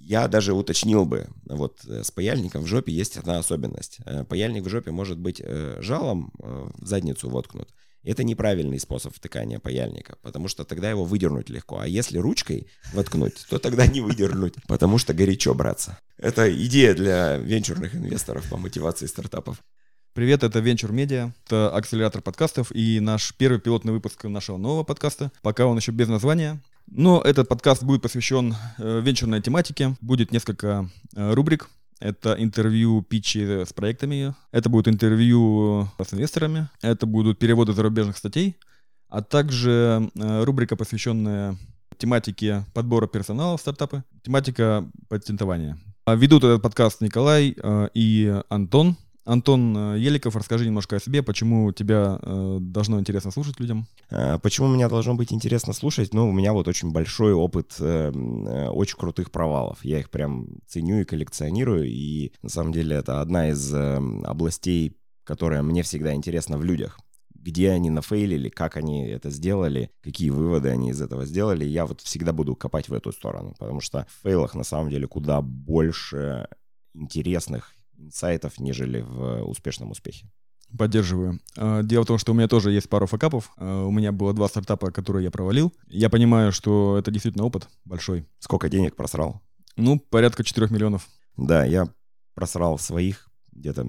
Я даже уточнил бы, вот с паяльником в жопе есть одна особенность. Паяльник в жопе может быть жалом в задницу воткнут. Это неправильный способ втыкания паяльника, потому что тогда его выдернуть легко. А если ручкой воткнуть, то тогда не выдернуть, потому что горячо, братцы. Это идея для венчурных инвесторов по мотивации стартапов. Привет, это Venture Media, это акселератор подкастов и наш первый пилотный выпуск нашего нового подкаста. Пока он еще без названия. Но этот подкаст будет посвящен венчурной тематике. Будет несколько рубрик. Это интервью, питчи с проектами. Это будут интервью с инвесторами. Это будут переводы зарубежных статей. А также рубрика, посвященная тематике подбора персонала в стартапы. Тематика патентования. Ведут этот подкаст Николай и Антон. Антон Еликов, расскажи немножко о себе, почему тебя должно интересно слушать людям? Почему меня должно быть интересно слушать? Ну, у меня вот очень большой опыт очень крутых провалов. Я их прям ценю и коллекционирую, и на самом деле это одна из областей, которая мне всегда интересна в людях. Где они нафейлили, как они это сделали, какие выводы они из этого сделали. Я вот всегда буду копать в эту сторону, потому что в фейлах на самом деле куда больше интересных инсайтов, нежели в успешном успехе. Поддерживаю. Дело в том, что у меня тоже есть пару факапов. У меня было 2 стартапа, которые я провалил. Я понимаю, что это действительно опыт большой. Сколько денег просрал? Ну, порядка 4 миллионов. Да, я просрал своих где-то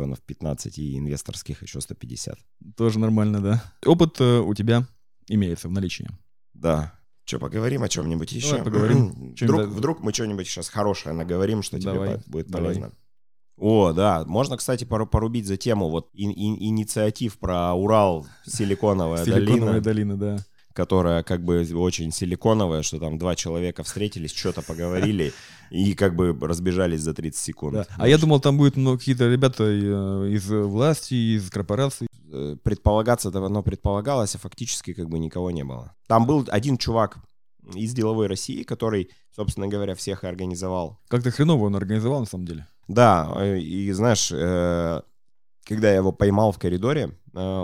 15 и инвесторских еще 150. Тоже нормально, да. Опыт у тебя имеется в наличии. Да. Что, поговорим о чем-нибудь еще? Давай поговорим. Вдруг мы что-нибудь сейчас хорошее наговорим, что тебе будет полезно. Давай. О, да, можно, кстати, порубить за тему вот инициатив про Урал, Силиконовая долина. Силиконовая долина, да. Которая как бы очень силиконовая, что там 2 человека встретились, что-то поговорили и как бы разбежались за 30 секунд. Да. А я думал, там будут какие-то ребята из власти, из корпораций. Предполагаться-то оно предполагалось, а фактически как бы никого не было. Там был один чувак из деловой России, который, собственно говоря, всех и организовал. Как-то хреново он организовал на самом деле. Да, и знаешь, когда я его поймал в коридоре,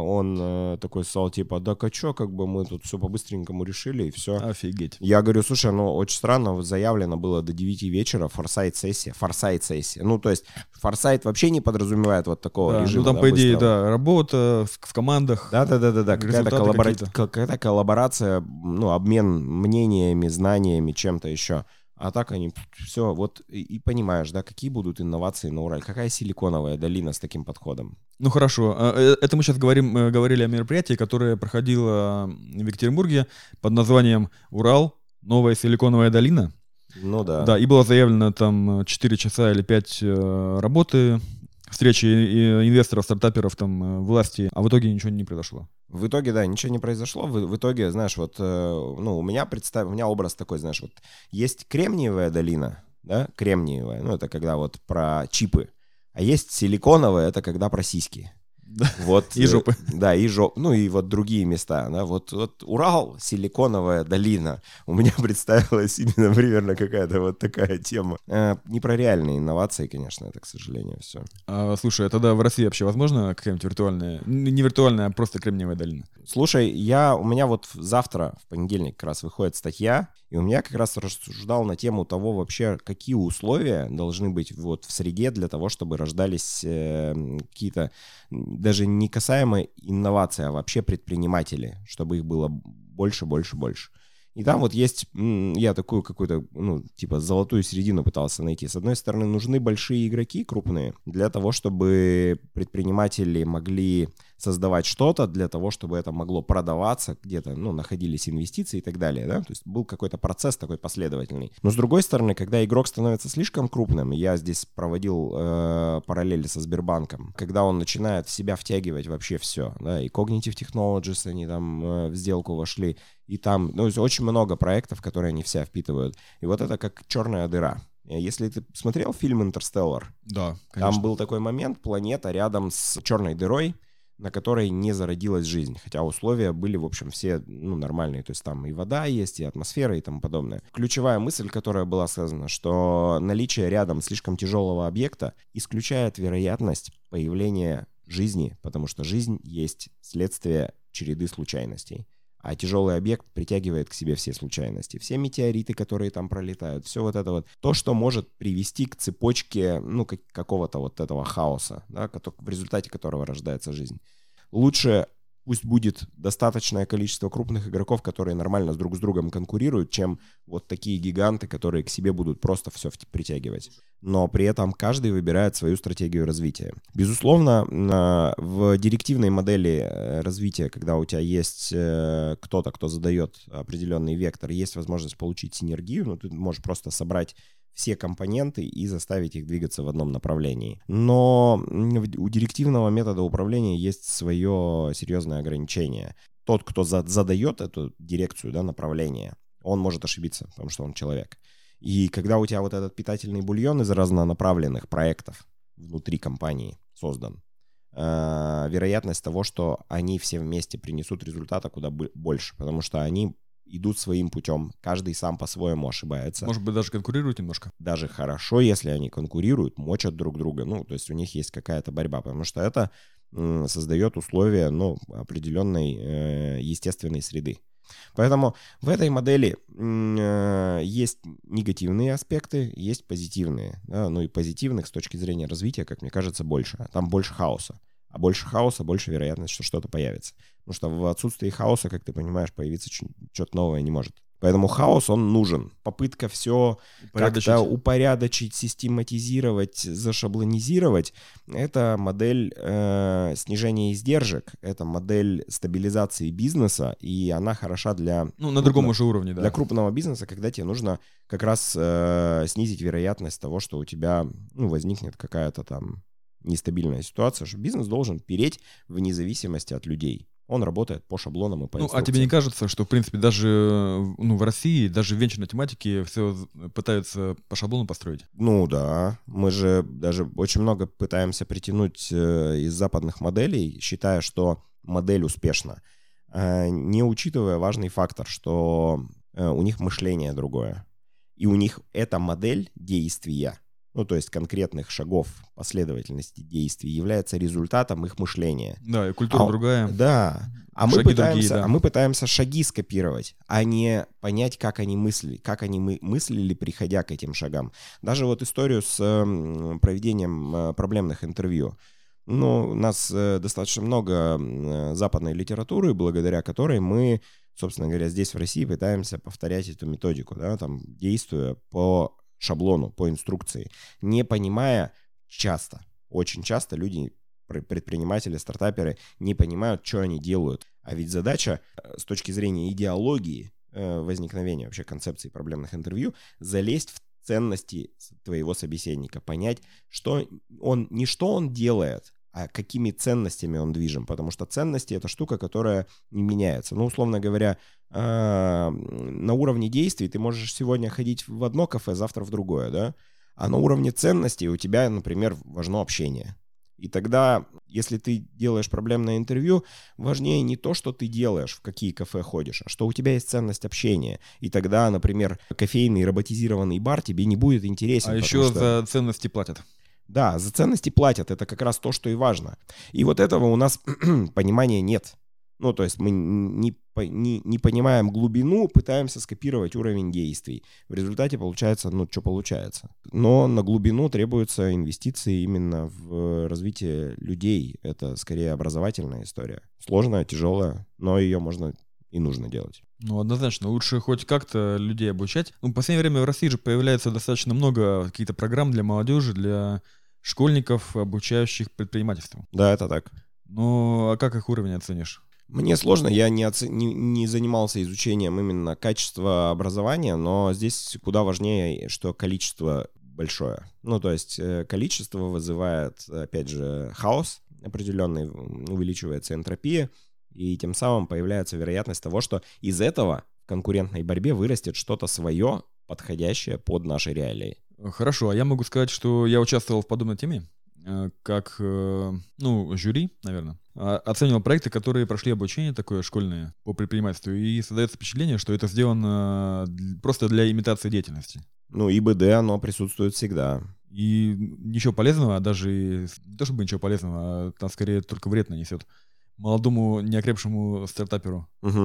он такой сказал, типа, да чё, как бы мы тут все по-быстренькому решили, и все. Офигеть. Я говорю, слушай, ну очень странно, заявлено было до 9 вечера форсайт-сессия. Ну, то есть форсайт вообще не подразумевает вот такого да, режима. Ну, там, по идее, да, работа в командах. Да, какая-то коллаборация, ну, обмен мнениями, знаниями, чем-то еще. А так они все, вот и понимаешь, да, какие будут инновации на Урале, какая силиконовая долина с таким подходом. Ну хорошо, это мы сейчас говорили о мероприятии, которое проходило в Екатеринбурге под названием «Урал. Новая силиконовая долина». Ну да. Да, и было заявлено там 4 часа или 5 работы, встречи инвесторов, стартаперов, там, власти, а в итоге ничего не произошло. В итоге, да, ничего не произошло. В итоге, знаешь, вот, ну, у меня образ такой, знаешь, вот есть Кремниевая долина, да, Кремниевая, ну, это когда вот про чипы, а есть Силиконовая, это когда про сиськи. Вот, и жопы. Да, и жопы. Ну и вот другие места. Да? Вот Урал, Силиконовая долина. У меня представилась именно примерно какая-то вот такая тема. Не про реальные инновации, конечно, это, к сожалению, все. Слушай, а тогда в России вообще возможно какая-нибудь виртуальная, не виртуальная, а просто Кремниевая долина? Слушай, у меня вот завтра, в понедельник, как раз выходит статья, и у меня как раз рассуждал на тему того вообще, какие условия должны быть вот в среде для того, чтобы рождались какие-то, даже не касаемо инноваций, а вообще предприниматели, чтобы их было больше. И там вот есть, я такую какую-то, ну, типа золотую середину пытался найти. С одной стороны, нужны большие игроки, крупные, для того, чтобы предприниматели могли создавать что-то, для того, чтобы это могло продаваться, где-то, ну, находились инвестиции и так далее, да, то есть был какой-то процесс такой последовательный. Но с другой стороны, когда игрок становится слишком крупным, я здесь проводил параллели со Сбербанком, когда он начинает в себя втягивать вообще все, да, и Cognitive Technologies, они там в сделку вошли, и там, ну, очень много проектов, которые они в себя впитывают. И вот это как черная дыра. Если ты смотрел фильм «Интерстеллар», да, конечно. Там был такой момент, планета рядом с черной дырой, на которой не зародилась жизнь, хотя условия были, в общем, все, ну, нормальные, то есть там и вода есть, и атмосфера, и тому подобное. Ключевая мысль, которая была сказана, что наличие рядом слишком тяжелого объекта исключает вероятность появления жизни, потому что жизнь есть следствие череды случайностей. А тяжелый объект притягивает к себе все случайности, все метеориты, которые там пролетают, все вот это вот. То, что может привести к цепочке, ну, какого-то вот этого хаоса, да, в результате которого рождается жизнь. Лучше пусть будет достаточное количество крупных игроков, которые нормально друг с другом конкурируют, чем вот такие гиганты, которые к себе будут просто все притягивать. Но при этом каждый выбирает свою стратегию развития. Безусловно, в директивной модели развития, когда у тебя есть кто-то, кто задает определенный вектор, есть возможность получить синергию, ну, ты можешь просто собрать все компоненты и заставить их двигаться в одном направлении. Но у директивного метода управления есть свое серьезное ограничение. Тот, кто задает эту дирекцию, да, направление, он может ошибиться, потому что он человек. И когда у тебя вот этот питательный бульон из разнонаправленных проектов внутри компании создан, вероятность того, что они все вместе принесут результата куда больше, потому что они идут своим путем. Каждый сам по-своему ошибается. Может быть, даже конкурируют немножко? Даже хорошо, если они конкурируют, мочат друг друга. Ну, то есть у них есть какая-то борьба, потому что это создает условия, ну, определенной естественной среды. Поэтому в этой модели есть негативные аспекты, есть позитивные. Да? Ну и позитивных с точки зрения развития, как мне кажется, больше. Там больше хаоса. А больше хаоса, больше вероятность, что что-то появится. Потому что в отсутствии хаоса, как ты понимаешь, появиться что-то новое не может. Поэтому хаос, он нужен. Попытка все как-то упорядочить, систематизировать, зашаблонизировать — это модель снижения издержек, это модель стабилизации бизнеса, и она хороша для... Ну, на другом уже уровне, да. Для крупного бизнеса, когда тебе нужно как раз снизить вероятность того, что у тебя возникнет какая-то там нестабильная ситуация, что бизнес должен переть вне зависимости от людей. Он работает по шаблонам и по инструкциям. А тебе не кажется, что, в принципе, даже в России, даже в венчурной тематике все пытаются по шаблону построить? Ну да, мы же даже очень много пытаемся притянуть из западных моделей, считая, что модель успешна, не учитывая важный фактор, что у них мышление другое. И у них эта модель действия, ну, то есть конкретных шагов, последовательности действий, является результатом их мышления. Да, и культура другая. Да. Мы пытаемся шаги скопировать, а не понять, как они мыслили, как они мыслили, приходя к этим шагам. Даже вот историю с проведением проблемных интервью. Ну, у нас достаточно много западной литературы, благодаря которой мы, собственно говоря, здесь в России пытаемся повторять эту методику, да, там, действуя по шаблону, по инструкции, не понимая очень часто люди, предприниматели, стартаперы не понимают, что они делают. А ведь задача с точки зрения идеологии возникновения вообще концепции проблемных интервью залезть в ценности твоего собеседника, понять, что он делает, а какими ценностями он движим, потому что ценности — это штука, которая не меняется. Ну, условно говоря, на уровне действий ты можешь сегодня ходить в одно кафе, завтра в другое, да? А на уровне ценностей у тебя, например, важно общение. И тогда, если ты делаешь проблемное интервью, важнее не то, что ты делаешь, в какие кафе ходишь, а что у тебя есть ценность общения. И тогда, например, кофейный роботизированный бар тебе не будет интересен. А еще за ценности платят. Да, за ценности платят, это как раз то, что и важно. И вот этого у нас понимания нет. Ну, то есть мы не понимаем глубину, пытаемся скопировать уровень действий. В результате получается, что получается. Но на глубину требуются инвестиции именно в развитие людей. Это скорее образовательная история. Сложная, тяжелая, но ее можно и нужно делать. Ну, однозначно, лучше хоть как-то людей обучать. Ну, в последнее время в России же появляется достаточно много каких-то программ для молодежи, для школьников, обучающих предпринимательству. Да, это так. Ну, а как их уровень оценишь? Мне сложно, я не занимался изучением именно качества образования, но здесь куда важнее, что количество большое. Ну, то есть количество вызывает, опять же, хаос определенный, увеличивается энтропия, и тем самым появляется вероятность того, что из этого в конкурентной борьбе вырастет что-то свое, подходящее под наши реалии. Хорошо, а я могу сказать, что я участвовал в подобной теме, как, жюри, наверное. Оценивал проекты, которые прошли обучение такое школьное по предпринимательству, и создается впечатление, что это сделано просто для имитации деятельности. Ну, ИБД, оно присутствует всегда. И ничего полезного, даже не то чтобы ничего полезного, а там скорее только вред нанесет молодому неокрепшему стартаперу. Угу.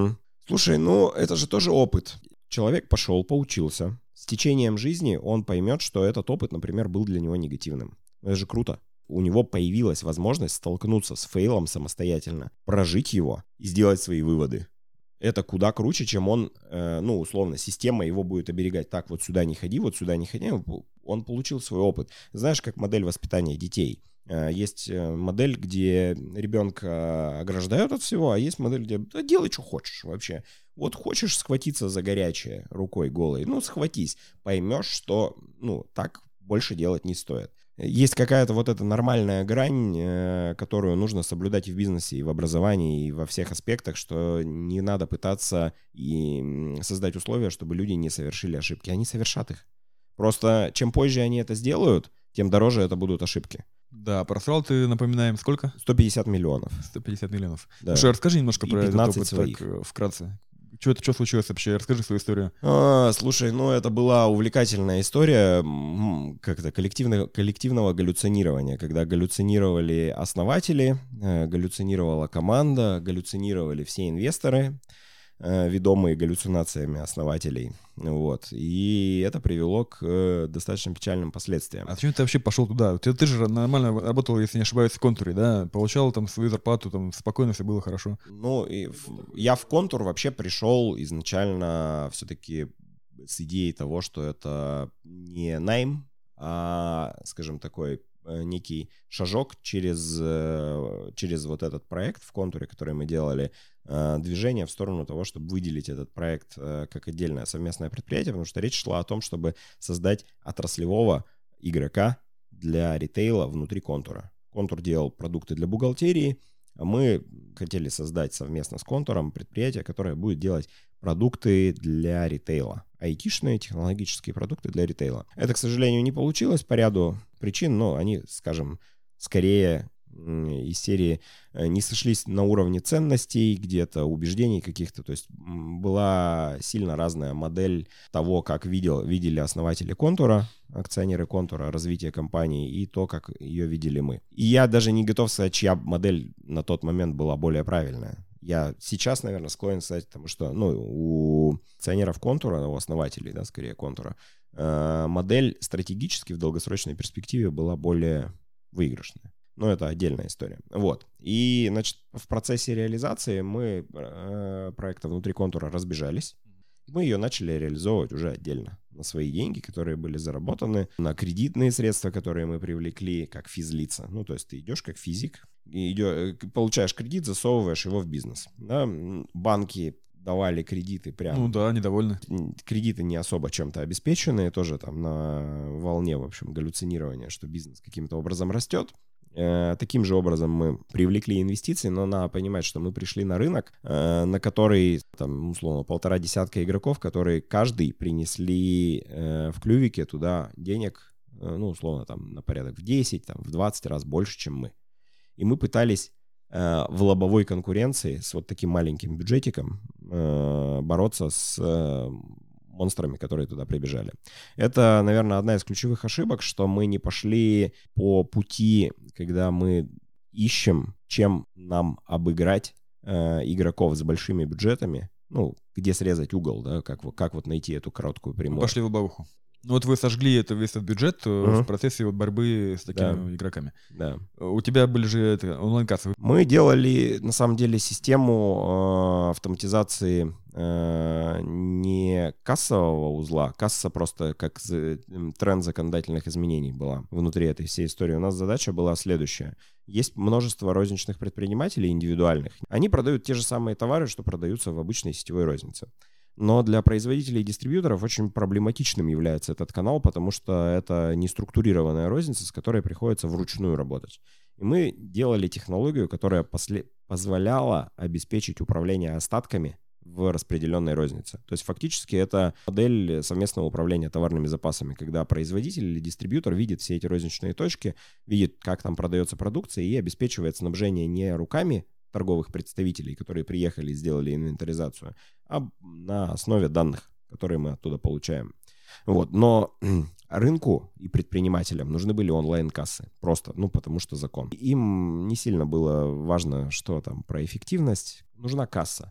Слушай, ну это же тоже опыт. Человек пошел, поучился. С течением жизни он поймет, что этот опыт, например, был для него негативным. Это же круто. У него появилась возможность столкнуться с фейлом самостоятельно, прожить его и сделать свои выводы. Это куда круче, чем он, ну, условно, система его будет оберегать. Так, вот сюда не ходи, вот сюда не ходи. Он получил свой опыт. Знаешь, как модель воспитания детей. Есть модель, где ребенка ограждают от всего, а есть модель, где да, делай, что хочешь вообще. Вот хочешь схватиться за горячее рукой голой, ну, схватись. Поймешь, что, ну, так больше делать не стоит. Есть какая-то вот эта нормальная грань, которую нужно соблюдать и в бизнесе, и в образовании, и во всех аспектах, что не надо пытаться и создать условия, чтобы люди не совершили ошибки. Они совершат их. Просто чем позже они это сделают, тем дороже это будут ошибки. Да, просрал ты, напоминаем, сколько? 150 миллионов. 150 миллионов. Да. Слушай, расскажи немножко И про этот 15 опыт своих. так, вкратце. Что случилось вообще? Расскажи свою историю. Слушай, ну это была увлекательная история как-то коллективного галлюцинирования, когда галлюцинировали основатели, галлюцинировала команда, галлюцинировали все инвесторы, ведомые галлюцинациями основателей. Вот. И это привело к достаточно печальным последствиям. А зачем ты вообще пошел туда? Ты же нормально работал, если не ошибаюсь, в Контуре, да? Получал там свою зарплату, там спокойно все было хорошо. Ну, и я в Контур вообще пришел изначально все-таки с идеей того, что это не найм, а, скажем, такой некий шажок через вот этот проект в Контуре, который мы делали, движение в сторону того, чтобы выделить этот проект как отдельное совместное предприятие, потому что речь шла о том, чтобы создать отраслевого игрока для ритейла внутри Контура. Контур делал продукты для бухгалтерии, а мы хотели создать совместно с Контуром предприятие, которое будет делать продукты для ритейла. IT-шные технологические продукты для ритейла. Это, к сожалению, не получилось по ряду причин, но они, скажем, скорее из серии не сошлись на уровне ценностей, где-то убеждений каких-то. То есть была сильно разная модель того, как видели основатели Контура, акционеры Контура, развитие компании, и то, как ее видели мы. И я даже не готов сказать, чья модель на тот момент была более правильная. Я сейчас, наверное, склонен сказать, потому что у акционеров Контура, у основателей, да, скорее Контура, модель стратегически в долгосрочной перспективе была более выигрышная. Но это отдельная история. Вот. И, значит, в процессе реализации мы проекта внутри Контура разбежались. Мы ее начали реализовывать уже отдельно на свои деньги, которые были заработаны, на кредитные средства, которые мы привлекли как физлица. Ну, то есть ты идешь как физик, получаешь кредит, засовываешь его в бизнес. Да? Банки давали кредиты прямо. Ну да, недовольны. Кредиты не особо чем-то обеспеченные, тоже там на волне, в общем, галлюцинирования, что бизнес каким-то образом растет. Таким же образом мы привлекли инвестиции, но надо понимать, что мы пришли на рынок, на который, там, условно, 1,5 десятка игроков, которые каждый принесли в клювике туда денег, ну, условно, там, на порядок в 10, там, в 20 раз больше, чем мы. И мы пытались в лобовой конкуренции с вот таким маленьким бюджетиком бороться с монстрами, которые туда прибежали. Это, наверное, одна из ключевых ошибок, что мы не пошли по пути, когда мы ищем, чем нам обыграть игроков с большими бюджетами, ну, где срезать угол, да, как вот найти эту короткую прямую. Пошли в лобовуху. Ну вот вы сожгли весь этот бюджет в процессе вот борьбы с такими игроками. Да. У тебя были же онлайн-кассы. Мы делали, на самом деле, систему автоматизации не кассового узла. Касса просто как тренд законодательных изменений была внутри этой всей истории. У нас задача была следующая. Есть множество розничных предпринимателей индивидуальных. Они продают те же самые товары, что продаются в обычной сетевой рознице. Но для производителей и дистрибьюторов очень проблематичным является этот канал, потому что это неструктурированная розница, с которой приходится вручную работать. И мы делали технологию, которая позволяла обеспечить управление остатками в распределенной рознице. То есть фактически это модель совместного управления товарными запасами, когда производитель или дистрибьютор видит все эти розничные точки, видит, как там продается продукция, и обеспечивает снабжение не руками торговых представителей, которые приехали и сделали инвентаризацию, а на основе данных, которые мы оттуда получаем. Вот. Но рынку и предпринимателям нужны были онлайн-кассы. Просто, потому что закон. Им не сильно было важно, что там про эффективность. Нужна касса.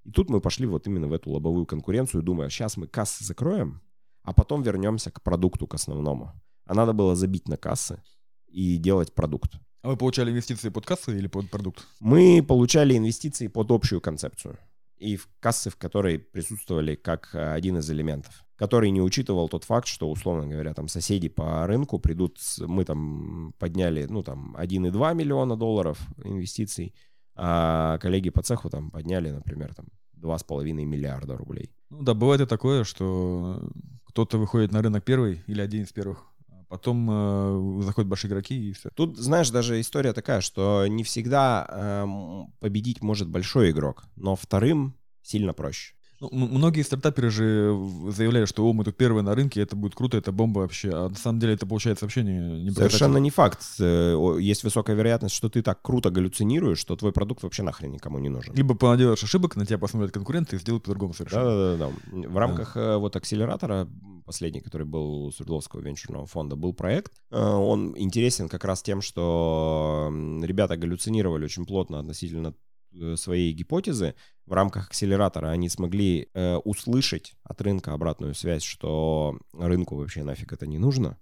И тут мы пошли вот именно в эту лобовую конкуренцию, думая, сейчас мы кассы закроем, а потом вернемся к продукту, к основному. А надо было забить на кассы и делать продукт. А вы получали инвестиции под кассы или под продукт? Мы получали инвестиции под общую концепцию. И в кассы, в которой присутствовали как один из элементов, который не учитывал тот факт, что, условно говоря, там соседи по рынку придут, мы там подняли, ну, там, 1,2 миллиона долларов инвестиций, а коллеги по цеху там подняли, например, там 2,5 миллиарда рублей. Ну да, бывает и такое, что кто-то выходит на рынок первый или один из первых, а потом заходят большие игроки и все. Тут, знаешь, даже история такая, что не всегда победить может большой игрок, но вторым сильно проще. Ну, многие стартаперы же заявляют, что мы тут первые на рынке, это будет круто, это бомба вообще. А на самом деле это получается вообще не Совершенно не факт. Есть высокая вероятность, что ты так круто галлюцинируешь, что твой продукт вообще нахрен никому не нужен. Либо понаделаешь ошибок, на тебя посмотрят конкуренты и сделают по-другому совершенно. Да. В рамках вот акселератора, последний, который был у Свердловского венчурного фонда, был проект. Он интересен как раз тем, что ребята галлюцинировали очень плотно относительно своей гипотезы. В рамках акселератора они смогли услышать от рынка обратную связь, что рынку вообще нафиг это не нужно,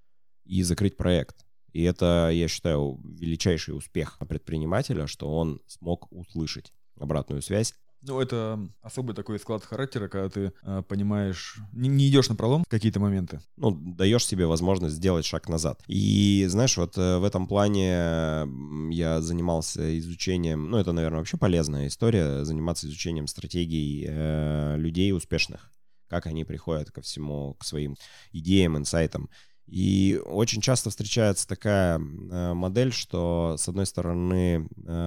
и закрыть проект. И это, я считаю, величайший успех предпринимателя, что он смог услышать обратную связь. Ну, это особый такой склад характера, когда ты понимаешь, не идешь напролом в какие-то моменты. Ну, даешь себе возможность сделать шаг назад. И, знаешь, вот в этом плане я занимался изучением, ну, это, наверное, вообще полезная история, заниматься изучением стратегий людей успешных, как они приходят ко всему, к своим идеям, инсайтам. И очень часто встречается такая модель, что, с одной стороны,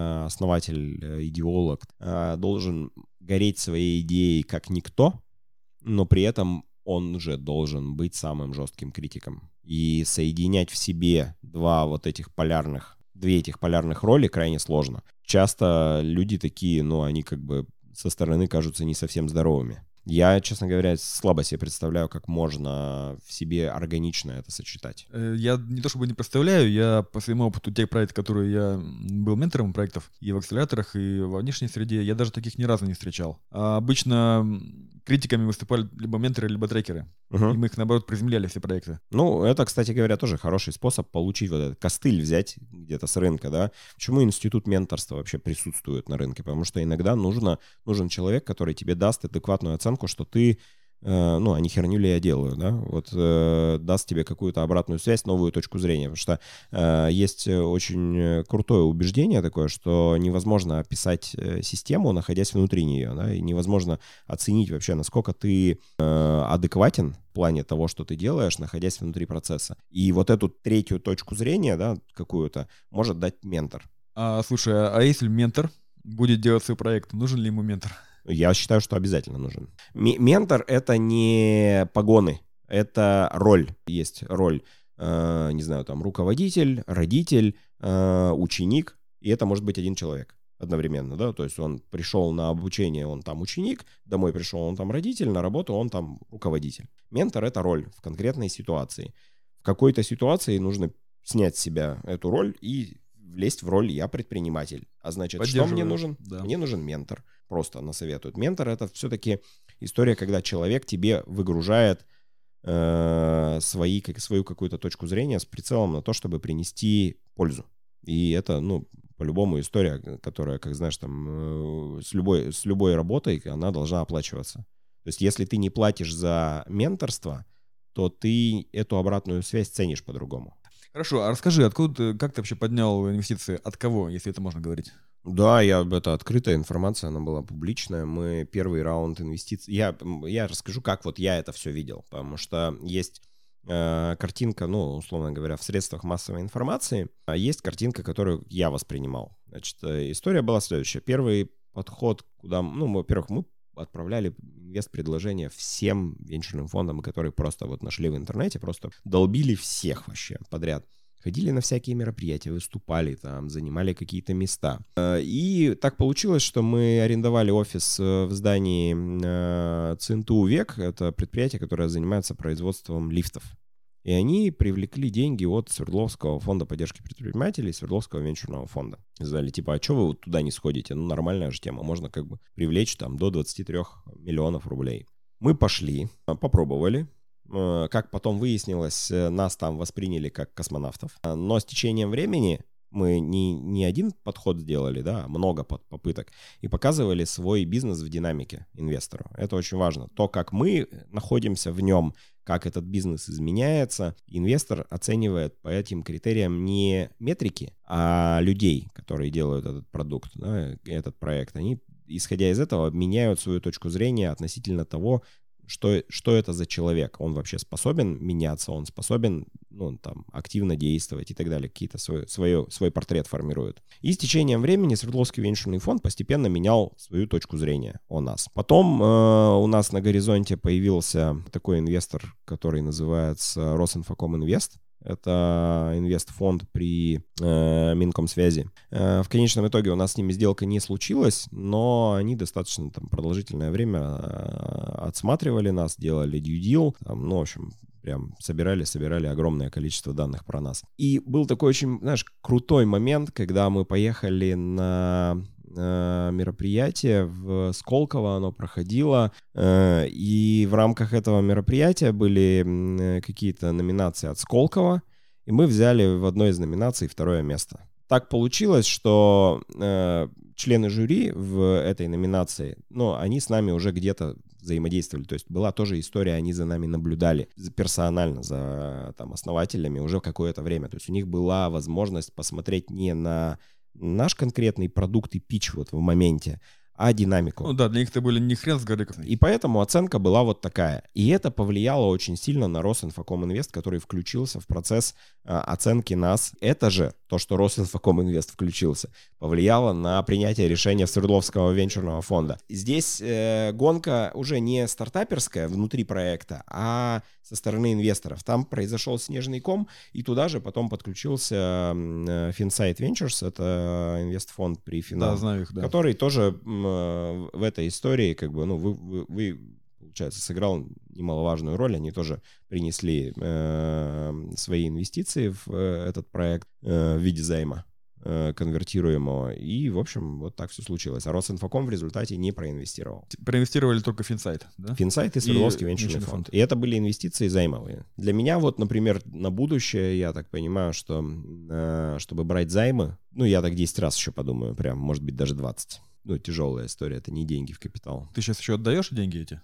основатель, идеолог должен гореть своей идеей как никто, но при этом он же должен быть самым жестким критиком. И соединять в себе две этих полярных роли крайне сложно. Часто люди такие, ну, они как бы со стороны кажутся не совсем здоровыми. Я, честно говоря, слабо себе представляю, как можно в себе органично это сочетать. Я не то чтобы не представляю, я по своему опыту тех проектов, которые я был ментором проектов и в акселераторах, и во внешней среде, я даже таких ни разу не встречал. А обычно критиками выступали либо менторы, либо трекеры. И мы их, наоборот, приземляли все проекты. Ну, это, кстати говоря, тоже хороший способ получить вот этот костыль, взять где-то с рынка, да. Почему институт менторства вообще присутствует на рынке? Потому что иногда нужен человек, который тебе даст адекватную оценку, что ты, ну, а не херню ли я делаю, да, вот даст тебе какую-то обратную связь, новую точку зрения, потому что есть очень крутое убеждение такое, что невозможно описать систему, находясь внутри нее, да, и невозможно оценить вообще, насколько ты адекватен в плане того, что ты делаешь, находясь внутри процесса. И вот эту третью точку зрения, да, какую-то, может дать ментор. Слушай, а если ментор будет делать свой проект, нужен ли ему ментор? Я считаю, что обязательно нужен. Ментор — это не погоны, это роль. Есть роль, не знаю, там, руководитель, родитель, ученик, и это может быть один человек одновременно, да, то есть он пришел на обучение, он там ученик, домой пришел, он там родитель, на работу он там руководитель. Ментор — это роль в конкретной ситуации. В какой-то ситуации нужно снять с себя эту роль и влезть в роль «я предприниматель». А значит, что мне нужен? Да. Мне нужен ментор. Просто насоветуют. Ментор — это все-таки история, когда человек тебе выгружает свою какую-то точку зрения с прицелом на то, чтобы принести пользу. И это, ну, по-любому история, которая, как знаешь, там, с любой работой, она должна оплачиваться. То есть если ты не платишь за менторство, то ты эту обратную связь ценишь по-другому. Хорошо, а расскажи, как ты вообще поднял инвестиции? От кого, если это можно говорить? Да, это открытая информация, она была публичная. Мы первый раунд инвестиций... Я расскажу, как вот я это все видел, потому что есть картинка, ну, условно говоря, в средствах массовой информации, а есть картинка, которую я воспринимал. Значит, история была следующая. Первый подход, куда, ну, во-первых, мы отправляли инвест-предложения всем венчурным фондам, которые просто вот нашли в интернете, просто долбили всех вообще подряд. Ходили на всякие мероприятия, выступали там, занимали какие-то места. И так получилось, что мы арендовали офис в здании ЦНТУ «Век». Это предприятие, которое занимается производством лифтов. И они привлекли деньги от Свердловского фонда поддержки предпринимателей, Свердловского венчурного фонда. Сказали, типа, а что вы вот туда не сходите? Ну, нормальная же тема, можно как бы привлечь там до 23 миллионов рублей. Мы пошли, попробовали. Как потом выяснилось, нас там восприняли как космонавтов. Но с течением времени мы не один подход сделали, да, а много попыток, и показывали свой бизнес в динамике инвестору. Это очень важно. То, как мы находимся в нем, как этот бизнес изменяется, инвестор оценивает по этим критериям не метрики, а людей, которые делают этот продукт, да, этот проект. Они, исходя из этого, меняют свою точку зрения относительно того, что это за человек. Он вообще способен меняться, он способен, ну, там, активно действовать и так далее. Какие-то свой портрет формирует. И с течением времени Свердловский венчурный фонд постепенно менял свою точку зрения о нас. Потом у нас на горизонте появился такой инвестор, который называется Росинфокоминвест. Это инвестфонд при Минкомсвязи. В конечном итоге у нас с ними сделка не случилась, но они достаточно там продолжительное время отсматривали нас, делали due deal, там, ну, в общем, прям собирали огромное количество данных про нас. И был такой очень, знаешь, крутой момент, когда мы поехали на мероприятие в Сколково, оно проходило, и в рамках этого мероприятия были какие-то номинации от Сколково, и мы взяли в одной из номинаций 2 место. Так получилось, что члены жюри в этой номинации, ну, они с нами уже где-то взаимодействовали, то есть была тоже история, они за нами наблюдали персонально, за там основателями уже какое-то время, то есть у них была возможность посмотреть не на наш конкретный продукт и питч вот в моменте, а динамику. Ну да, для них это были не хрен с горы. И поэтому оценка была вот такая. И это повлияло очень сильно на Росинфокоминвест, который включился в процесс оценки нас. Это же то, что Росинфокоминвест включился, повлияло на принятие решения Свердловского венчурного фонда. Здесь гонка уже не стартаперская внутри проекта, а со стороны инвесторов. Там произошел снежный ком, и туда же потом подключился Finsight Ventures, это инвестфонд при Финам, да, знаю их, да. Который тоже в этой истории, как бы, ну, вы получается, сыграл немаловажную роль. Они тоже принесли свои инвестиции в этот проект в виде займа конвертируемого. И, в общем, вот так все случилось. А Росинфоком в результате не проинвестировал. Проинвестировали только Finsight, да? Finsight и Свердловский венчурный фонд. И это были инвестиции займовые. Для меня вот, например, на будущее, я так понимаю, что чтобы брать займы, ну, я так 10 раз еще подумаю, прям, может быть, даже 20. Ну, тяжелая история, это не деньги в капитал. Ты сейчас еще отдаешь деньги эти?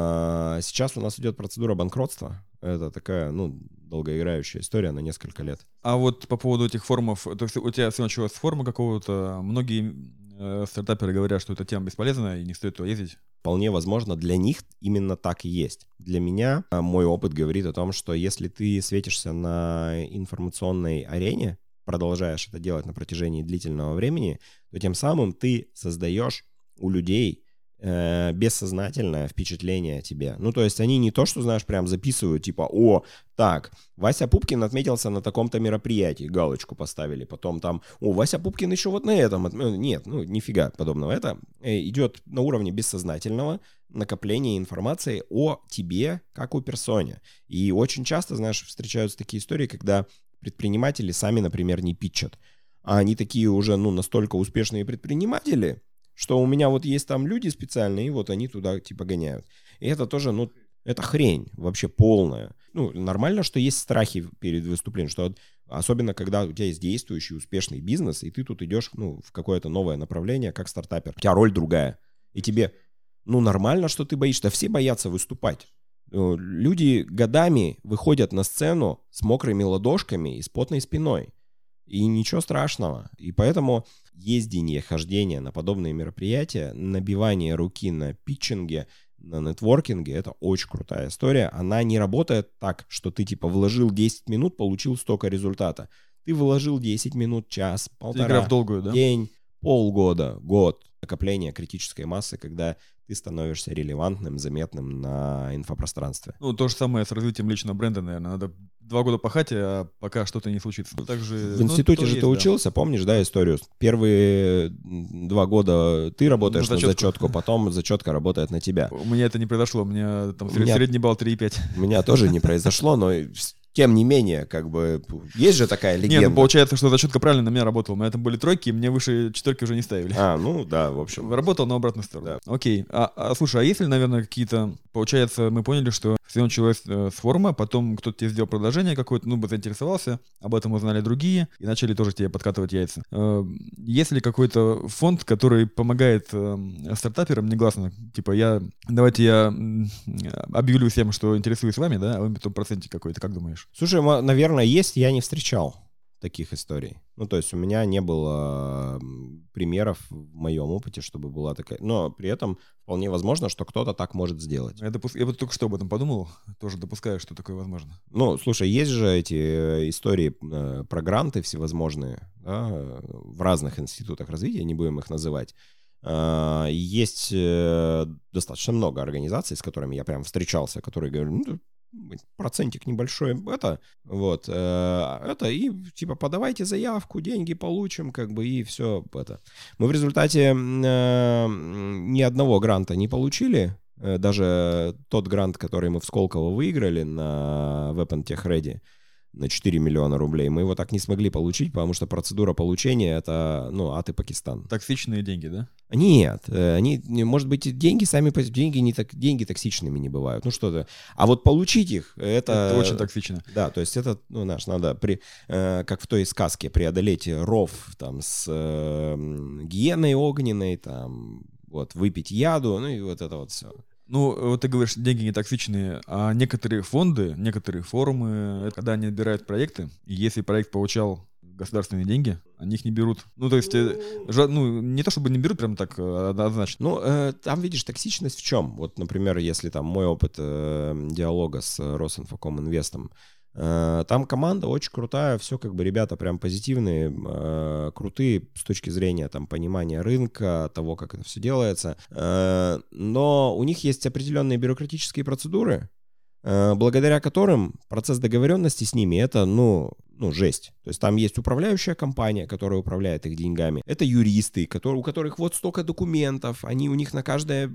Сейчас у нас идет процедура банкротства. Это такая, ну, долгоиграющая история на несколько лет. А вот по поводу этих форумов, то есть у тебя все началось с форума какого-то, многие стартаперы говорят, что эта тема бесполезная и не стоит туда ездить. Вполне возможно, для них именно так и есть. Для меня мой опыт говорит о том, что если ты светишься на информационной арене, продолжаешь это делать на протяжении длительного времени, то тем самым ты создаешь у людей бессознательное впечатление о тебе. Ну, то есть они не то, что, знаешь, прям записывают, типа, о, так, Вася Пупкин отметился на таком-то мероприятии, галочку поставили, потом там, о, Вася Пупкин еще вот на этом. Нет, ну, нифига подобного. Это идет на уровне бессознательного накопления информации о тебе, как о персоне. И очень часто, знаешь, встречаются такие истории, когда предприниматели сами, например, не питчат, а они такие уже, ну, настолько успешные предприниматели, что у меня вот есть там люди специальные, и вот они туда типа гоняют. И это тоже, ну, это хрень вообще полная. Ну, нормально, что есть страхи перед выступлением, что особенно когда у тебя есть действующий успешный бизнес, и ты тут идешь, ну, в какое-то новое направление, как стартапер. У тебя роль другая. И тебе, ну, нормально, что ты боишься. Все боятся выступать. Люди годами выходят на сцену с мокрыми ладошками и с потной спиной. И ничего страшного. И поэтому ездение, хождение на подобные мероприятия, набивание руки на питчинге, на нетворкинге — это очень крутая история. Она не работает так, что ты типа вложил 10 минут, получил столько результата. Ты вложил 10 минут, час, полтора, игра в долгую, да? День, полгода, год. Накопление критической массы, когда ты становишься релевантным, заметным на инфопространстве. Ну, то же самое с развитием личного бренда, наверное. Надо 2 года пахать, а пока что-то не случится. Также, в институте же есть, ты учился, помнишь, да, историю? Первые 2 года ты работаешь на зачетку, потом зачетка работает на тебя. У меня это не произошло, у меня там средний балл 3,5. У меня тоже не произошло, но тем не менее, как бы, есть же такая легенда. Нет, ну получается, что зачетка правильно на меня работала. У меня там были тройки, и мне выше четверки уже не ставили. Ну да, в общем. Работал на обратную сторону. Да. Окей. Слушай, а есть ли, наверное, какие-то... Получается, мы поняли, что все началось с форума, потом кто-то тебе сделал предложение какое-то, заинтересовался, об этом узнали другие, и начали тоже тебе подкатывать яйца. Есть ли какой-то фонд, который помогает стартаперам негласно? Типа, давайте я объявлю всем, что интересуюсь вами, да, а вы потом процентик какой-то, как думаешь? Слушай, наверное, есть, я не встречал таких историй. То есть у меня не было примеров в моем опыте, чтобы была такая... Но при этом вполне возможно, что кто-то так может сделать. Я вот только что об этом подумал, тоже допускаю, что такое возможно. Слушай, есть же эти истории про гранты всевозможные, да, в разных институтах развития, не будем их называть. Есть достаточно много организаций, с которыми я прям встречался, которые говорят, процентик небольшой, и типа подавайте заявку, деньги получим, как бы, и все это. Мы в результате ни одного гранта не получили, даже тот грант, который мы в Сколково выиграли на Weapon Tech Ready на 4 миллиона рублей, мы его так не смогли получить, потому что процедура получения — это, АТ Пакистан. Токсичные деньги, да? Нет, они, может быть, деньги деньги токсичными не бывают, что-то. А вот получить их, это очень токсично. Да, то есть это, надо, как в той сказке, преодолеть ров там с гиеной огненной, там, выпить яду, и вот это вот все. Вот ты говоришь, деньги не токсичные, а некоторые фонды, некоторые форумы, когда они отбирают проекты, и если проект получал государственные деньги, они их не берут. То есть, не то чтобы не берут прям так однозначно. Там, видишь, токсичность в чем? Вот, например, если там мой опыт диалога с Росинфокоминвестом, там команда очень крутая, все как бы ребята прям позитивные, крутые с точки зрения там понимания рынка, того, как это все делается. Но у них есть определенные бюрократические процедуры, благодаря которым процесс договоренности с ними — это, жесть. То есть там есть управляющая компания, которая управляет их деньгами. Это юристы, у которых вот столько документов, у них на каждое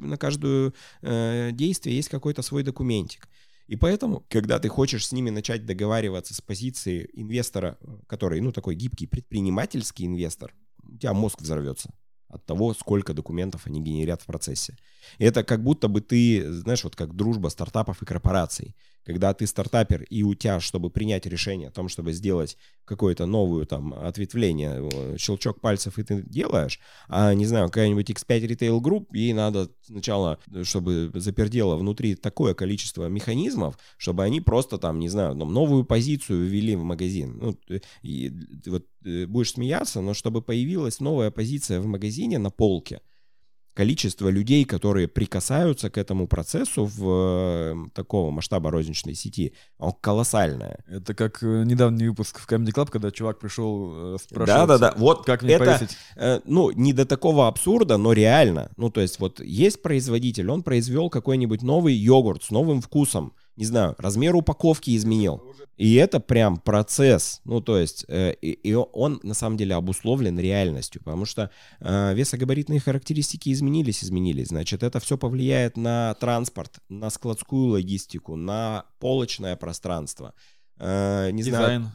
действие есть какой-то свой документик. И поэтому, когда ты хочешь с ними начать договариваться с позиции инвестора, который, такой гибкий предпринимательский инвестор, у тебя мозг взорвется от того, сколько документов они генерят в процессе. И это как будто бы ты, знаешь, вот как дружба стартапов и корпораций. Когда ты стартапер, и у тебя, чтобы принять решение о том, чтобы сделать какое-то новое там ответвление, щелчок пальцев, и ты делаешь, а, не знаю, какая-нибудь X5 Retail Group, ей надо сначала, чтобы запердело внутри такое количество механизмов, чтобы они просто там, не знаю, новую позицию ввели в магазин. И вот будешь смеяться, но чтобы появилась новая позиция в магазине на полке, количество людей, которые прикасаются к этому процессу в такого масштаба розничной сети, он колоссальное. Это как недавний выпуск в Comedy Club, когда чувак пришел, спрашивать, да. Вот как мне повесить. Не до такого абсурда, но реально. То есть вот есть производитель, он произвел какой-нибудь новый йогурт с новым вкусом, не знаю, размер упаковки изменил. И это прям процесс. То есть, и он на самом деле обусловлен реальностью, потому что весогабаритные характеристики изменились. Значит, это все повлияет на транспорт, на складскую логистику, на полочное пространство. Дизайн.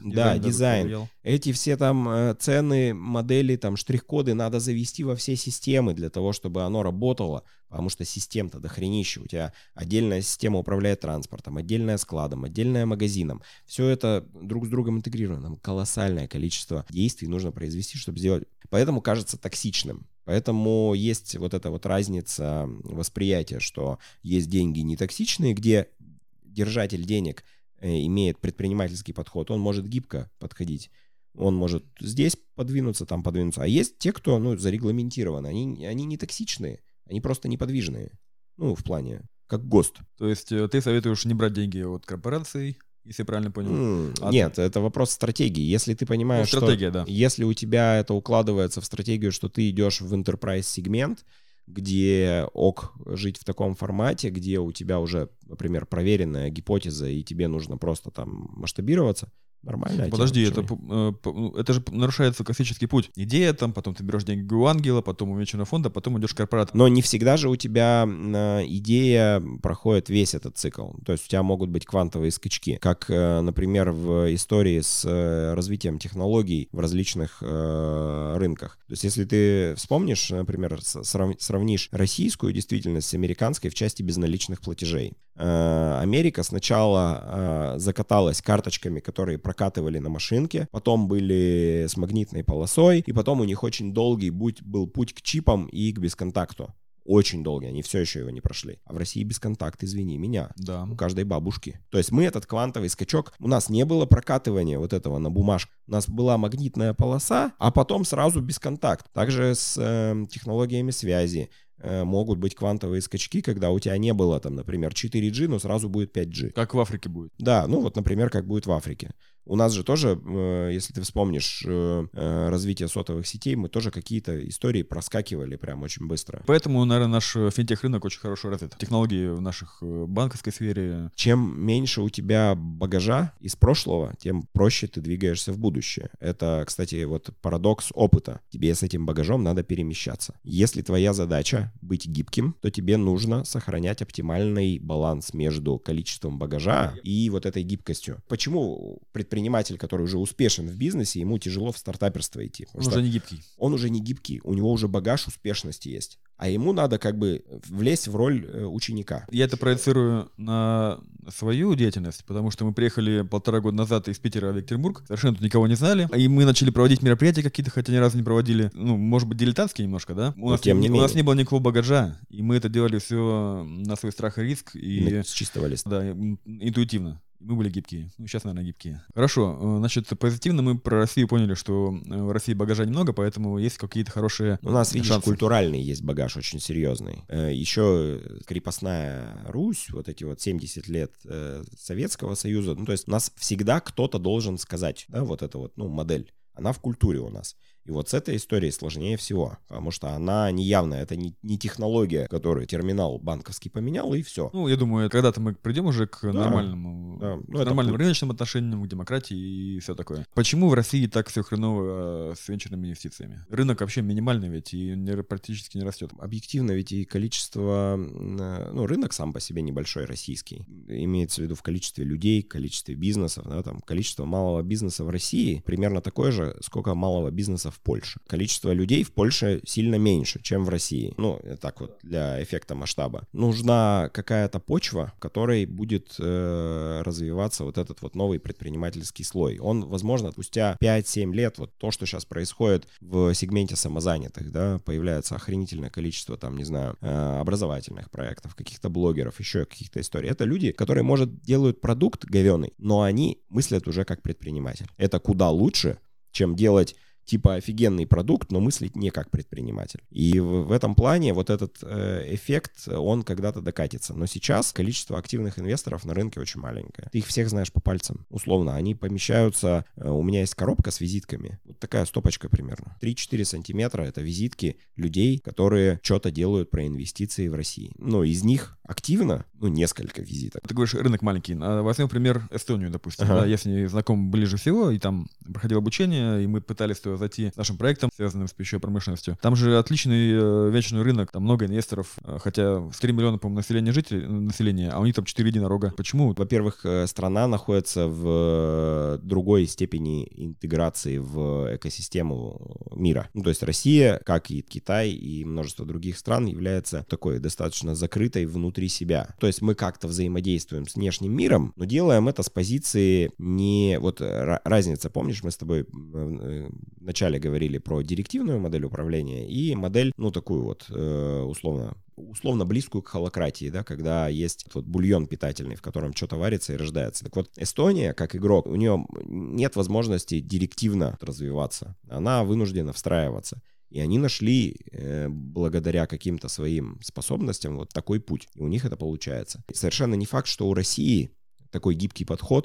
Эти все там цены, модели, там штрих-коды надо завести во все системы для того, чтобы оно работало, потому что систем-то дохренища. У тебя отдельная система управляет транспортом, отдельная складом, отдельная магазином. Все это друг с другом интегрировано. Нам колоссальное количество действий нужно произвести, чтобы сделать. Поэтому кажется токсичным. Поэтому есть вот эта вот разница восприятия, что есть деньги нетоксичные, где держатель денег имеет предпринимательский подход, он может гибко подходить, он может здесь подвинуться, там подвинуться. А есть те, кто, зарегламентированы, они не токсичные, они просто неподвижные, в плане, как ГОСТ. То есть ты советуешь не брать деньги от корпораций, если я правильно понял? Нет, это вопрос стратегии. Если ты понимаешь, да. Если у тебя это укладывается в стратегию, что ты идешь в enterprise сегмент, где жить в таком формате, где у тебя уже, например, проверенная гипотеза, и тебе нужно просто там масштабироваться, Нормальная Подожди, тема. это же нарушается классический путь. Идея там, потом ты берешь деньги у ангела, потом у венчурного фонда, потом идешь в корпорат. Но не всегда же у тебя идея проходит весь этот цикл. То есть у тебя могут быть квантовые скачки, как, например, в истории с развитием технологий в различных рынках. То есть если ты вспомнишь, например, сравнишь российскую действительность с американской в части безналичных платежей. Америка сначала закаталась карточками, которые прокатывали на машинке, потом были с магнитной полосой, и потом у них очень долгий был путь к чипам и к бесконтакту. Очень долгий, они все еще его не прошли. А в России бесконтакт, извини меня, да. У каждой бабушки. То есть мы этот квантовый скачок, у нас не было прокатывания вот этого на бумажку. У нас была магнитная полоса, а потом сразу бесконтакт. Также с технологиями связи. Могут быть квантовые скачки, когда у тебя не было там, например, 4G, но сразу будет 5G. Как в Африке будет. Да, ну вот, например, как будет в Африке. У нас же тоже, если ты вспомнишь развитие сотовых сетей, мы тоже какие-то истории проскакивали прям очень быстро. Поэтому, наверное, наш финтех-рынок очень хорошо развит. Технологии в наших банковской сфере. Чем меньше у тебя багажа из прошлого, тем проще ты двигаешься в будущее. Это, кстати, вот парадокс опыта. Тебе с этим багажом надо перемещаться. Если твоя задача быть гибким, то тебе нужно сохранять оптимальный баланс между количеством багажа и вот этой гибкостью. Почему предприниматель, который уже успешен в бизнесе, ему тяжело в стартаперство идти? Он уже не гибкий. Он уже не гибкий, у него уже багаж успешности есть. А ему надо как бы влезть в роль ученика. Я это проецирую на свою деятельность, потому что мы приехали 1,5 года назад из Питера в Екатеринбург, совершенно тут никого не знали, и мы начали проводить мероприятия какие-то, хотя ни разу не проводили, ну, может быть, дилетантские немножко, да? У нас не было никакого багажа, и мы это делали все на свой страх и риск. И с чистого листа. Да, интуитивно. Мы были гибкие. Ну, сейчас, наверное, гибкие. Хорошо. Значит, позитивно мы про Россию поняли, что в России багажа немного, поэтому есть какие-то хорошие У нас, видишь, шансы. Культуральный есть багаж очень серьезный. Еще крепостная Русь, вот эти вот 70 лет Советского Союза, ну, то есть у нас всегда кто-то должен сказать, да, вот эта вот, ну, модель. Она в культуре у нас. И вот с этой историей сложнее всего, потому что она неявная, это не технология, которую терминал банковский поменял, и все. Ну, я думаю, когда-то мы придем уже к нормальным рыночным отношениям, к демократии и все такое. Почему в России так все хреново с венчурными инвестициями? Рынок вообще минимальный ведь и практически не растет. Объективно ведь и количество, ну, рынок сам по себе небольшой российский. Имеется в виду в количестве людей, количестве бизнесов, да, там, количество малого бизнеса в России примерно такое же, сколько малого бизнеса в Польше. Количество людей в Польше сильно меньше, чем в России. Ну, так вот, для эффекта масштаба. Нужна какая-то почва, в которой будет развиваться вот этот вот новый предпринимательский слой. Он, возможно, спустя 5-7 лет, вот то, что сейчас происходит в сегменте самозанятых, да, появляется охренительное количество, там, не знаю, образовательных проектов, каких-то блогеров, еще каких-то историй. Это люди, которые, может, делают продукт говёный, но они мыслят уже как предприниматель. Это куда лучше, чем делать типа офигенный продукт, но мыслить не как предприниматель. И в этом плане вот этот эффект, он когда-то докатится. Но сейчас количество активных инвесторов на рынке очень маленькое. Ты их всех знаешь по пальцам. Условно, они помещаются... У меня есть коробка с визитками. Вот такая стопочка примерно. 3-4 сантиметра — это визитки людей, которые что-то делают про инвестиции в России. Но из них активно, ну, несколько визиток. Ты говоришь, рынок маленький. Возьмем пример Эстонию, допустим. Да, я с ней знаком ближе всего, и там проходил обучение, и мы пытались зайти с нашим проектом, связанным с пищевой промышленностью. Там же отличный венчурный рынок, там много инвесторов, хотя 3 миллиона, по-моему, населения, а у них там 4 единорога. Почему? Во-первых, страна находится в другой степени интеграции в экосистему мира. Ну, то есть Россия, как и Китай и множество других стран, является такой достаточно закрытой внутри себя. То есть мы как-то взаимодействуем с внешним миром, но делаем это с позиции не... Вот разница, помнишь, мы с тобой вначале говорили про директивную модель управления и модель, ну, такую вот, условно близкую к холократии, да, когда есть вот бульон питательный, в котором что-то варится и рождается. Так вот, Эстония, как игрок, у нее нет возможности директивно развиваться. Она вынуждена встраиваться. И они нашли, благодаря каким-то своим способностям, вот такой путь. И у них это получается. И совершенно не факт, что у России такой гибкий подход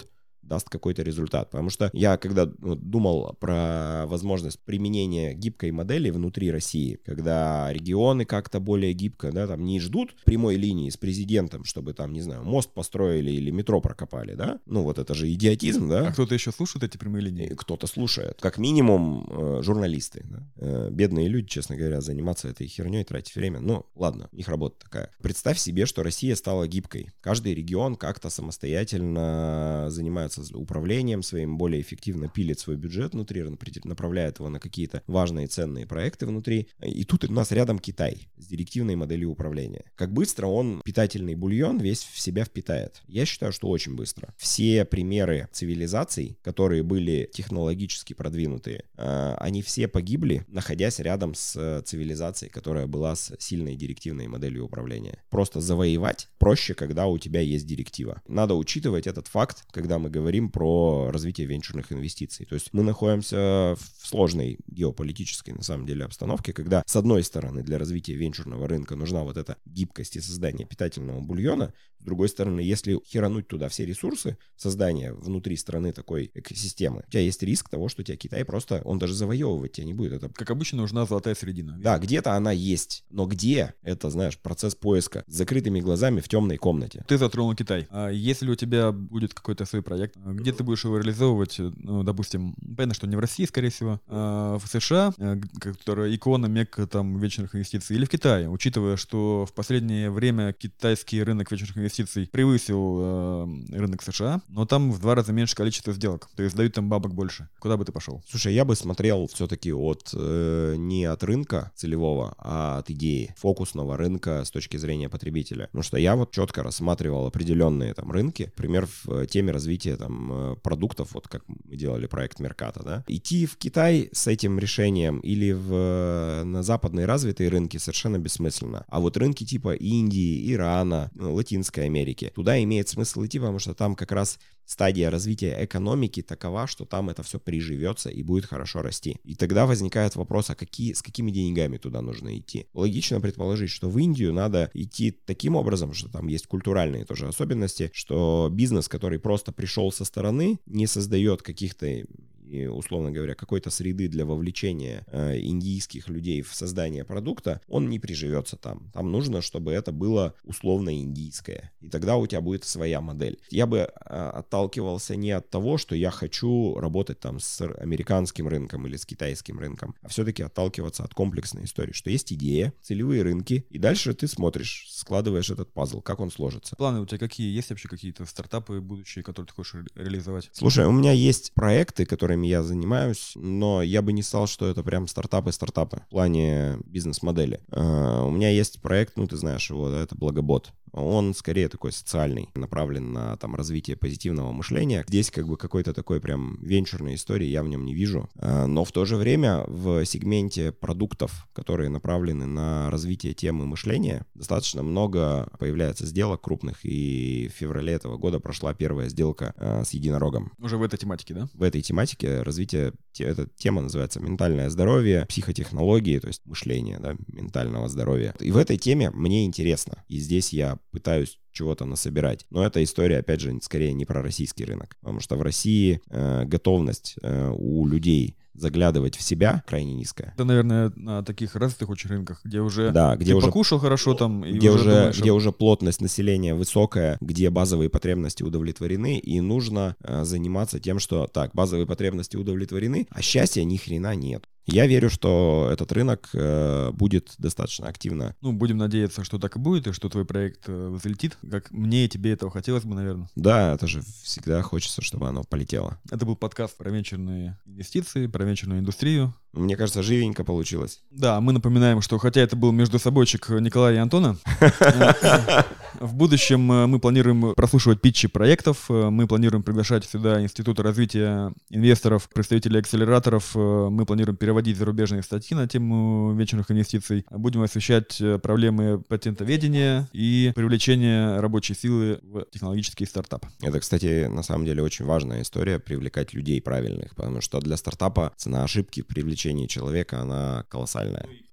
даст какой-то результат. Потому что я, когда думал про возможность применения гибкой модели внутри России, когда регионы как-то более гибко, да, там не ждут прямой линии с президентом, чтобы там, не знаю, мост построили или метро прокопали, да? Ну, вот это же идиотизм, да? А кто-то еще слушает эти прямые линии? Кто-то слушает. Как минимум журналисты, да? Бедные люди, честно говоря, заниматься этой херней, тратить время. Ну, ладно, у них работа такая. Представь себе, что Россия стала гибкой. Каждый регион как-то самостоятельно занимается управлением своим, более эффективно пилит свой бюджет внутри, направляет его на какие-то важные ценные проекты внутри. И тут у нас рядом Китай с директивной моделью управления. Как быстро он питательный бульон весь в себя впитает? Я считаю, что очень быстро. Все примеры цивилизаций, которые были технологически продвинутые, они все погибли, находясь рядом с цивилизацией, которая была с сильной директивной моделью управления. Просто завоевать проще, когда у тебя есть директива. Надо учитывать этот факт, когда мы говорим про развитие венчурных инвестиций. То есть мы находимся в сложной геополитической, на самом деле, обстановке, когда, с одной стороны, для развития венчурного рынка нужна вот эта гибкость и создание питательного бульона. С другой стороны, если херануть туда все ресурсы создания внутри страны такой экосистемы, у тебя есть риск того, что тебя Китай просто, он даже завоевывать тебя не будет. Это... Как обычно, нужна золотая середина. Да, где-то она есть, но где? Это, знаешь, процесс поиска с закрытыми глазами в темной комнате. Ты затронул Китай. А если у тебя будет какой-то свой проект, где ты будешь его реализовывать, ну, допустим, понятно, что не в России, скорее всего, а в США, которая икона, мекка там венчурных инвестиций, или в Китае, учитывая, что в последнее время китайский рынок венчурных инвестиций превысил рынок США, но там в 2 раза меньше количество сделок, то есть дают там бабок больше. Куда бы ты пошел? Слушай, я бы смотрел все-таки не от рынка целевого, а от идеи фокусного рынка с точки зрения потребителя. Потому что я вот четко рассматривал определенные там рынки, например, в теме развития там продуктов, вот как мы делали проект Меркато, да. Идти в Китай с этим решением или на западные развитые рынки совершенно бессмысленно. А вот рынки типа Индии, Ирана, Латинской Америки, туда имеет смысл идти, потому что там как раз стадия развития экономики такова, что там это все приживется и будет хорошо расти. И тогда возникает вопрос, с какими деньгами туда нужно идти. Логично предположить, что в Индию надо идти таким образом, что там есть культуральные тоже особенности, что бизнес, который просто пришел со стороны, не создает каких-то, условно говоря, какой-то среды для вовлечения индийских людей в создание продукта, он не приживется там. Там нужно, чтобы это было условно индийское. И тогда у тебя будет своя модель. Я бы отталкивался не от того, что я хочу работать там с американским рынком или с китайским рынком, а все-таки отталкиваться от комплексной истории, что есть идея, целевые рынки, и дальше ты смотришь, складываешь этот пазл, как он сложится. Планы у тебя какие? Есть вообще какие-то стартапы будущие, которые ты хочешь реализовать? Слушай, у меня есть проекты, которыми я занимаюсь, но я бы не сказал, что это прям стартапы в плане бизнес-модели. У меня есть проект, ну ты знаешь его, да, это Благобот. Он скорее такой социальный, направлен на там развитие позитивного мышления. Здесь как бы какой-то такой прям венчурной истории я в нем не вижу. Но в то же время в сегменте продуктов, которые направлены на развитие темы мышления, достаточно много появляется сделок крупных. И в феврале этого года прошла первая сделка с единорогом. Уже в этой тематике, да? В этой тематике развитие, эта тема называется ментальное здоровье, психотехнологии, то есть мышление, да, ментального здоровья. И в этой теме мне интересно. И здесь я пытаюсь чего-то насобирать. Но эта история, опять же, скорее не про российский рынок. Потому что в России готовность у людей заглядывать в себя крайне низкая. Это, наверное, на таких развитых очень рынках, где уже где ты уже покушал хорошо там, и где уже плотность населения высокая, где базовые потребности удовлетворены, и нужно заниматься тем, что так, базовые потребности удовлетворены, а счастья ни хрена нет. Я верю, что этот рынок будет достаточно активно. Ну, будем надеяться, что так и будет, и что твой проект взлетит, как мне и тебе этого хотелось бы, наверное. Да, это же всегда хочется, чтобы оно полетело. Это был подкаст про венчурные инвестиции, про венчурную индустрию. Мне кажется, живенько получилось. Да, мы напоминаем, что хотя это был междусобойчик Николая и Антона, в будущем мы планируем прослушивать питчи проектов, мы планируем приглашать сюда Институты развития инвесторов, представителей акселераторов, мы планируем переводить зарубежные статьи на тему венчурных инвестиций, будем освещать проблемы патентоведения и привлечения рабочей силы в технологический стартап. Это, кстати, на самом деле очень важная история — привлекать людей правильных, потому что для стартапа цена ошибки в привлечении человека, она колоссальная.